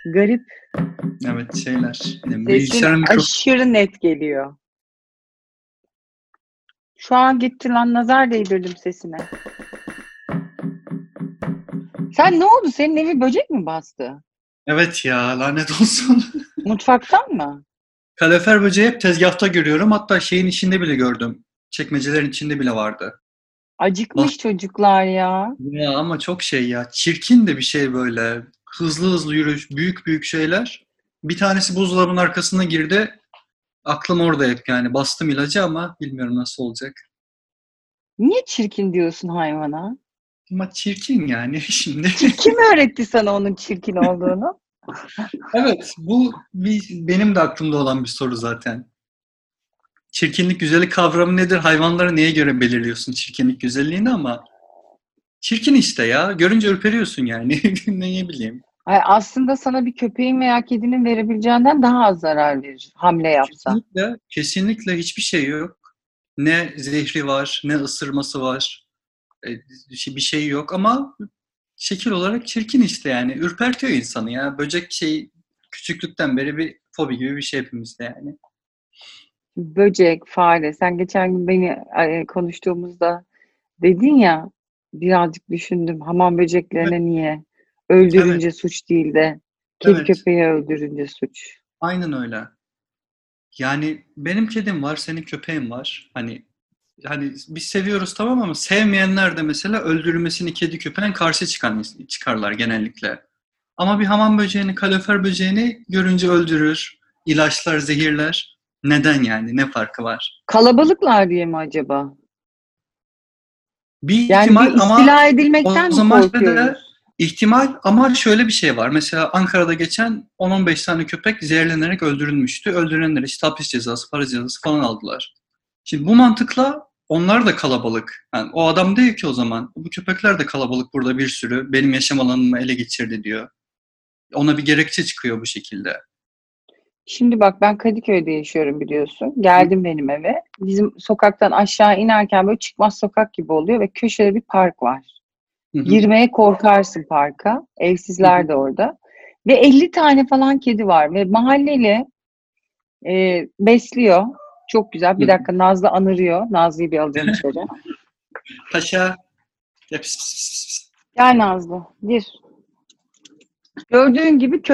Garip. Evet şeyler. Yani Sesin bilgisayar mikrofonu. aşırı net geliyor. Şu an gitti lan, nazar değdirdim sesine. Sen ne oldu? Senin evi böcek mi bastı? Evet ya lanet olsun. Mutfaktan mı? Kalorifer böceği hep tezgahta görüyorum. Hatta şeyin içinde bile gördüm. Çekmecelerin içinde bile vardı. Bak Acıkmış çocuklar ya. ya ama çok şey ya. Çirkin de bir şey böyle. Hızlı hızlı yürüyüş, büyük büyük şeyler. Bir tanesi buzdolabının arkasına girdi. Aklım orada hep yani. Bastım ilacı ama bilmiyorum nasıl olacak. Niye çirkin diyorsun hayvana? Ama çirkin yani şimdi. Kim öğretti sana onun çirkin olduğunu? Evet, benim de aklımda olan bir soru zaten. Çirkinlik, güzellik kavramı nedir? Hayvanları neye göre belirliyorsun çirkinlik, güzelliğini ama çirkin işte ya. Görünce ürperiyorsun yani. Ne bileyim. Ay, aslında sana bir köpeğin veya kedinin verebileceğinden daha az zarar verir hamle yapsa. Kesinlikle, kesinlikle hiçbir şey yok. Ne zehri var, ne ısırması var. E, bir şey yok ama şekil olarak çirkin işte yani. Ürpertiyor insanı ya. Böcek şey küçüklükten beri bir fobi gibi bir şey hepimizde yani. Böcek, fare. Sen geçen gün konuştuğumuzda dedin ya, birazcık düşündüm. Hamam Evet, böceklerine niye? evet, Öldürünce suç değil de kedi evet. köpeği öldürünce suç. Aynen öyle. Yani benim kedim var, senin köpeğin var. Hani biz seviyoruz tamam ama sevmeyenler de mesela öldürülmesini kedi köpeğin karşı çıkarlar genellikle. Ama bir hamam böceğini, kalorifer böceğini görünce öldürür, ilaçlar, zehirler. Neden yani? Ne farkı var? Kalabalıklar diye mi acaba? Bir Yani bir ihtimal ama istila o edilmekten mi zaman şöyle de korkuyoruz? ihtimal ama şöyle bir şey var. Mesela Ankara'da geçen 10-15 tane köpek zehirlenerek öldürülmüştü. Öldürenler işte hapis cezası, para cezası falan aldılar. Şimdi bu mantıkla onlar da kalabalık. Yani o adam diyor ki o zaman bu köpekler de kalabalık burada bir sürü. Benim yaşam alanımı ele geçirdi diyor. Ona bir gerekçe çıkıyor bu şekilde. Şimdi bak, ben Kadıköy'de yaşıyorum biliyorsun. Hı Geldim benim eve. Bizim sokaktan aşağı inerken böyle çıkmaz sokak gibi oluyor ve köşede bir park var. hı hı Girmeye korkarsın parka. hı hı. Evsizler de orada. Ve 50 tane falan kedi var ve mahalleli besliyor. Çok güzel. Hı Bir hı. dakika, Nazlı anırıyor. Nazlı'yı bir alacağım içeri. Paşa. Ya pis pis pis pis. Gel Nazlı, gir. Gördüğün gibi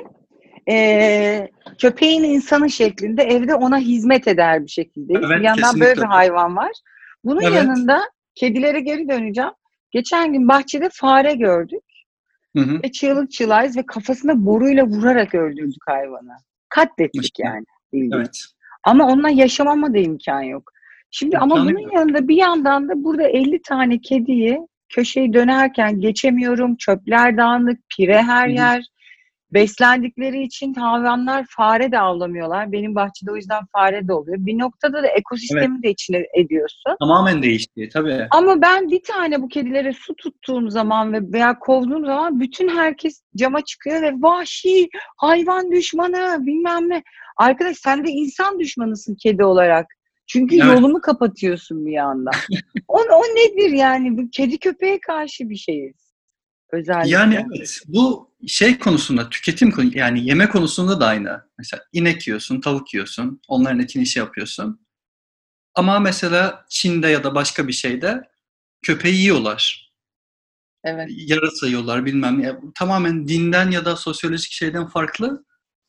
köpeğin insanı şeklinde evde ona hizmet eder bir şekildeyiz. Bir Evet yandan böyle kesinlikle bir öyle. hayvan var. Bunun Evet. yanında kedilere geri döneceğim. Geçen gün bahçede fare gördük Hı hı. ve çığlık çığlayız ve kafasına boruyla vurarak öldürdük hayvanı. Katlettik İşte, yani, bildiğin. evet. Ama onunla yaşamama da imkan yok. Şimdi ama İmkanı bunun yok. yanında bir yandan da burada 50 tane kediyi köşeyi dönerken geçemiyorum. Çöpler dağınık, pire her Hı hı. yer. Beslendikleri için hayvanlar fare de avlamıyorlar. Benim bahçede o yüzden fare de oluyor. Bir noktada da Evet. ekosistemi de içine ediyorsun. Tamamen değişti. Tabii. Ama ben bir tane bu kedilere su tuttuğum zaman veya kovduğum zaman bütün herkes cama çıkıyor ve vahşi, hayvan düşmanı bilmem ne. Arkadaş, sen de insan düşmanısın kedi olarak. Çünkü Evet. yolumu kapatıyorsun bir yandan. O nedir yani? Bu kedi köpeğe karşı bir şeyiz Yani özellikle. evet. Bu şey konusunda, yani yeme konusunda da aynı. Mesela inek yiyorsun, tavuk yiyorsun. Onların etini şey yapıyorsun. Ama mesela Çin'de ya da başka bir şeyde köpeği yiyorlar. Evet. Yarasa yiyorlar bilmem ne. Tamamen dinden ya da sosyolojik şeyden farklı.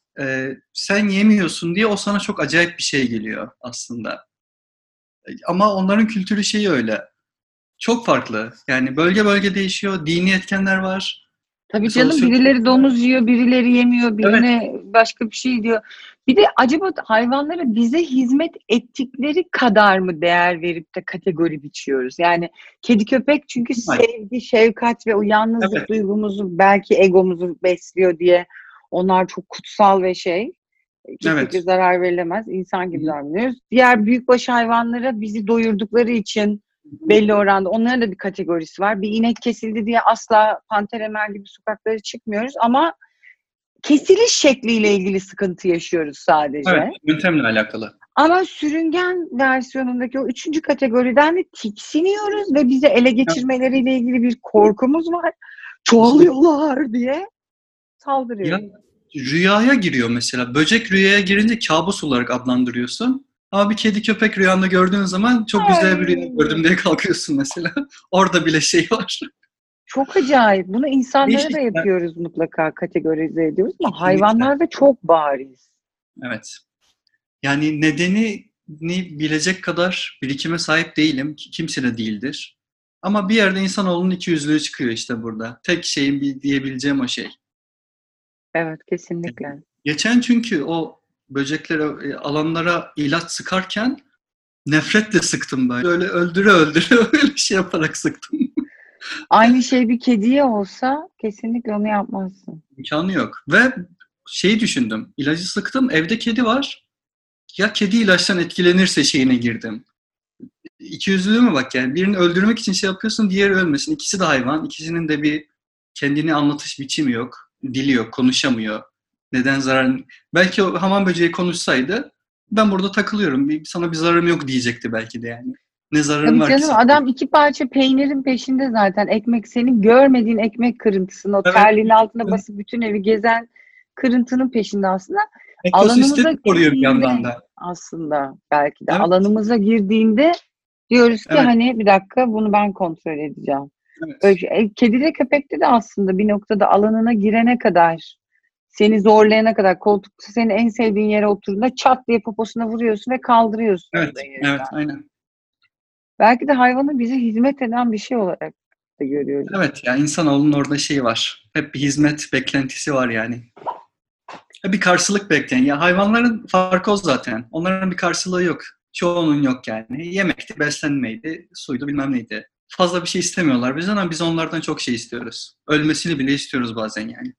Sen yemiyorsun diye o sana çok acayip bir şey geliyor aslında. Ama onların kültürü şeyi öyle. Çok farklı. Yani bölge bölge değişiyor. Dini etkenler var. Tabii canım, Sosyolojik birileri etkenler var. domuz yiyor, birileri yemiyor, Evet, birine başka bir şey diyor. Bir de acaba hayvanlara bize hizmet ettikleri kadar mı değer verip de kategori biçiyoruz? Yani kedi köpek çünkü ihtimal. sevgi, şefkat ve o Evet, yalnızlık duygumuzu, belki egomuzu besliyor diye onlar çok kutsal ve kesinlikle evet. zarar verilemez. İnsan Hı gibi hı. davranıyoruz. Diğer büyükbaş hayvanlara bizi doyurdukları için belli oranda onların da bir kategorisi var. Bir inek kesildi diye asla Panter Emer gibi sokaklara çıkmıyoruz ama kesiliş şekliyle ilgili sıkıntı yaşıyoruz Evet, sadece. yöntemle alakalı. Ama sürüngen versiyonundaki o üçüncü kategoriden de tiksiniyoruz ve bize ele Evet, geçirmeleriyle ilgili bir korkumuz var. işte Çoğalıyorlar diye ya saldırıyoruz. rüyaya giriyor mesela. Böcek rüyaya girince kabus olarak adlandırıyorsun. Ama bir kedi köpek rüyanda gördüğün zaman çok güzel bir rüya Ay, gördüm diye kalkıyorsun mesela. Orada bile şey var. çok acayip. Bunu insanlara da Değişik. yapıyoruz, mutlaka kategorize ediyoruz ama Kesinlikle. hayvanlarda çok bariz. Evet. Yani nedenini bilecek kadar birikime sahip değilim. Kimse de değildir. Ama bir yerde insanoğlunun ikiyüzlülüğü çıkıyor işte burada. Tek şeyin diyebileceğim o şey. Evet, kesinlikle. Geçen çünkü o böceklere, alanlara ilaç sıkarken nefretle sıktım ben. Böyle öldüre öldüre öyle şey yaparak sıktım. Aynı şey bir kediye olsa kesinlikle onu yapmazsın. İmkanı yok. Ve şeyi düşündüm. İlacı sıktım. Evde kedi var. Ya kedi ilaçtan etkilenirse şeyine girdim. İkiyüzlülüğüme bak yani. Birini öldürmek için şey yapıyorsun, diğeri ölmesin. İkisi de hayvan. İkisinin de bir kendini anlatış biçimi yok. Dili yok, konuşamıyor. Neden zarar... Belki o hamam böceği konuşsaydı ben burada takılıyorum. Sana bir zararım yok diyecekti belki de yani. Ne zararım Tabii var ki canım, sana? adam iki parça peynirin peşinde zaten. Ekmek, senin görmediğin ekmek kırıntısını, o Evet. terliğin altına basıp bütün evi gezen kırıntının peşinde aslında. Alanımıza Ekosistemi koruyor bir yandan girdiğinde, da. aslında belki de Evet, alanımıza girdiğinde diyoruz ki evet, hani bir dakika, bunu ben kontrol edeceğim. Böyle evet. şey. Kedide köpekte de aslında bir noktada alanına girene kadar, seni zorlayana kadar, koltukta senin en sevdiğin yere oturduğunda çat diye poposuna vuruyorsun ve kaldırıyorsun onu Evet, da evet, yerinden. aynen. Belki de hayvanı bize hizmet eden bir şey olarak da görüyoruz. Evet ya insanoğlunun orada şeyi var. Hep bir hizmet beklentisi var yani. Bir karşılık bekleyen. Ya hayvanların farkı o zaten. Onların bir karşılığı yok. Çoğunun yok yani. Yemekti, beslenmeydi, suydu bilmem neydi. Fazla bir şey istemiyorlar bizden ama biz onlardan çok şey istiyoruz. Ölmesini bile istiyoruz bazen yani.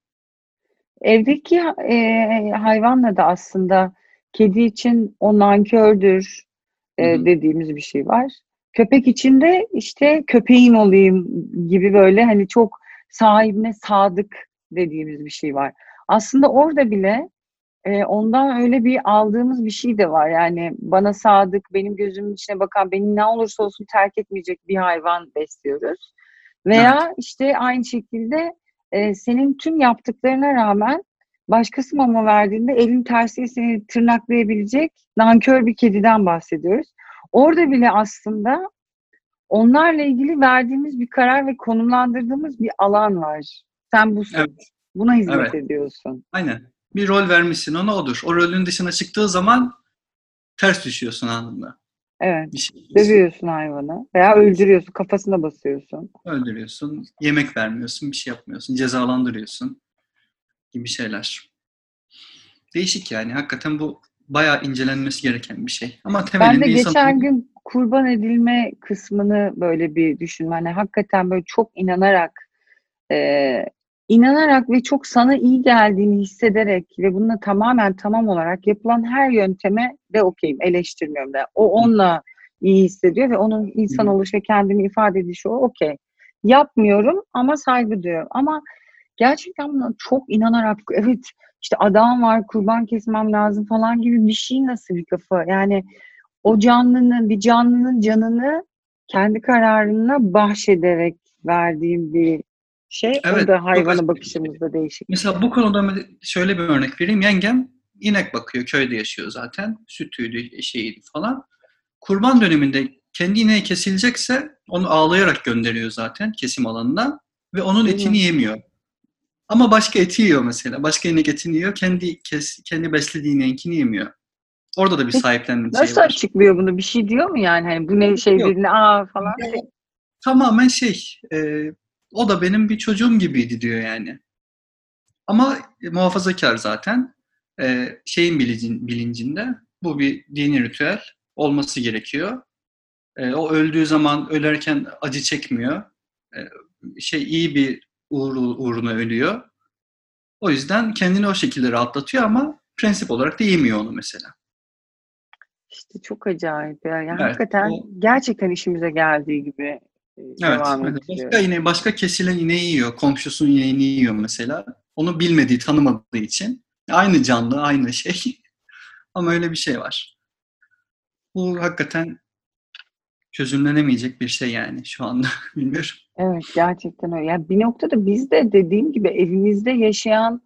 Evdeki hayvanla da aslında kedi için o nankördür Hı hı. dediğimiz bir şey var. Köpek için de işte köpeğin olayım gibi, böyle hani çok sahibine sadık dediğimiz bir şey var. Aslında orada bile ondan öyle bir aldığımız bir şey de var. Yani bana sadık, benim gözümün içine bakan, beni ne olursa olsun terk etmeyecek bir hayvan besliyoruz. Evet, Veya işte aynı şekilde senin tüm yaptıklarına rağmen başkası mama verdiğinde elin tersiyle seni tırnaklayabilecek nankör bir kediden bahsediyoruz. Orada bile aslında onlarla ilgili verdiğimiz bir karar ve konumlandırdığımız bir alan var. Sen busun. evet, Buna hizmet evet. ediyorsun. Aynen. Bir rol vermişsin ona odur. O rolün dışına çıktığı zaman ters düşüyorsun anında. Evet. Bir şey yapıyorsun. Dövüyorsun hayvanı veya Evet. öldürüyorsun, kafasına basıyorsun. Öldürüyorsun, yemek vermiyorsun, bir şey yapmıyorsun, cezalandırıyorsun gibi şeyler. Değişik yani. Hakikaten bu bayağı incelenmesi gereken bir şey. Ama Ben de temelinde insan... geçen gün kurban edilme kısmını böyle bir düşündüm. Hani hakikaten böyle çok e, inanarak ve çok sana iyi geldiğini hissederek ve bununla tamamen tamam olarak yapılan her yönteme de okeyim, eleştirmiyorum da. O onunla iyi hissediyor ve onun insan oluşu ve kendini ifade edişi o, okey. Yapmıyorum ama saygı duyuyorum. Ama gerçekten buna çok inanarak, evet işte adam var, kurban kesmem lazım falan gibi bir şey, nasıl bir kafa? Yani o canlının, bir canlının canını kendi kararına bahşederek verdiğim bir şey. O Evet, da çok hayvana acayip bir şey. bakışımızda değişik bir şey. Mesela bu konuda şöyle bir örnek vereyim. Yengem inek bakıyor, köyde yaşıyor zaten. Sütüydü, şeyiydi falan. Kurban döneminde kendi ineği kesilecekse onu ağlayarak gönderiyor zaten kesim alanına ve onun Değil etini mi? yemiyor. Ama başka eti yiyor mesela. Başka inek etini yiyor. Kendi beslediği ineğinkini yemiyor. Orada da bir Peki sahiplenme şeyi nasıl var. açıklıyor bunu? Bir şey diyor mu yani? Hani bu ne şey Yok. dediğinde aa falan. Tamamen o da benim bir çocuğum gibiydi diyor yani. Ama muhafazakar zaten. Şeyin bilincinde bu bir dini ritüel olması gerekiyor. O öldüğü zaman ölerken acı çekmiyor. E, iyi bir uğruna ölüyor. O yüzden kendini o şekilde rahatlatıyor ama prensip olarak da yemiyor onu mesela. İşte çok acayip ya. Yani Evet. hakikaten gerçekten işimize geldiği gibi Evet. devam Mesela ettiriyoruz. başka kesilen ineği yiyor. Komşusunun ineğini yiyor mesela. Onu bilmediği, tanımadığı için. Aynı canlı, aynı şey. Ama öyle bir şey var. Bu hakikaten çözümlenemeyecek bir şey yani şu anda. Bilmiyorum. Evet, gerçekten öyle. Yani bir noktada biz de dediğim gibi evimizde yaşayan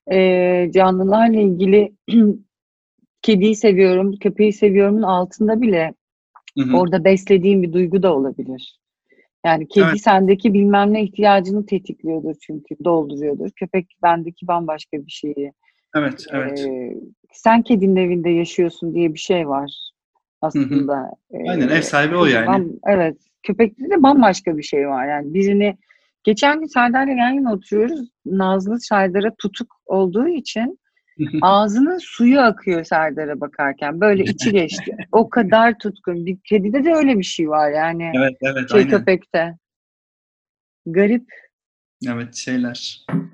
Canlılarla ilgili kediyi seviyorum, köpeği seviyorumun altında bile Hı hı. orada beslediğim bir duygu da olabilir. Yani Evet, kedi sendeki bilmem ne ihtiyacını tetikliyordur çünkü dolduruyordur. Köpek bendeki bambaşka bir şeyi. evet, evet. Ee, Sen kedinin evinde yaşıyorsun diye bir şey var Hı hı. aslında. Aynen, ev sahibi o yani. Evet, köpekte de bambaşka bir şey var. Yani birini geçen gün Serdar'la yan yana oturuyoruz. Nazlı Serdar'a tutuk olduğu için ağzının suyu akıyor Serdar'a bakarken. Böyle içi geçti. O kadar tutkun. Bir kedide de öyle bir şey var yani. Evet, evet, aynen. Köpekte. Garip. Evet, şeyler.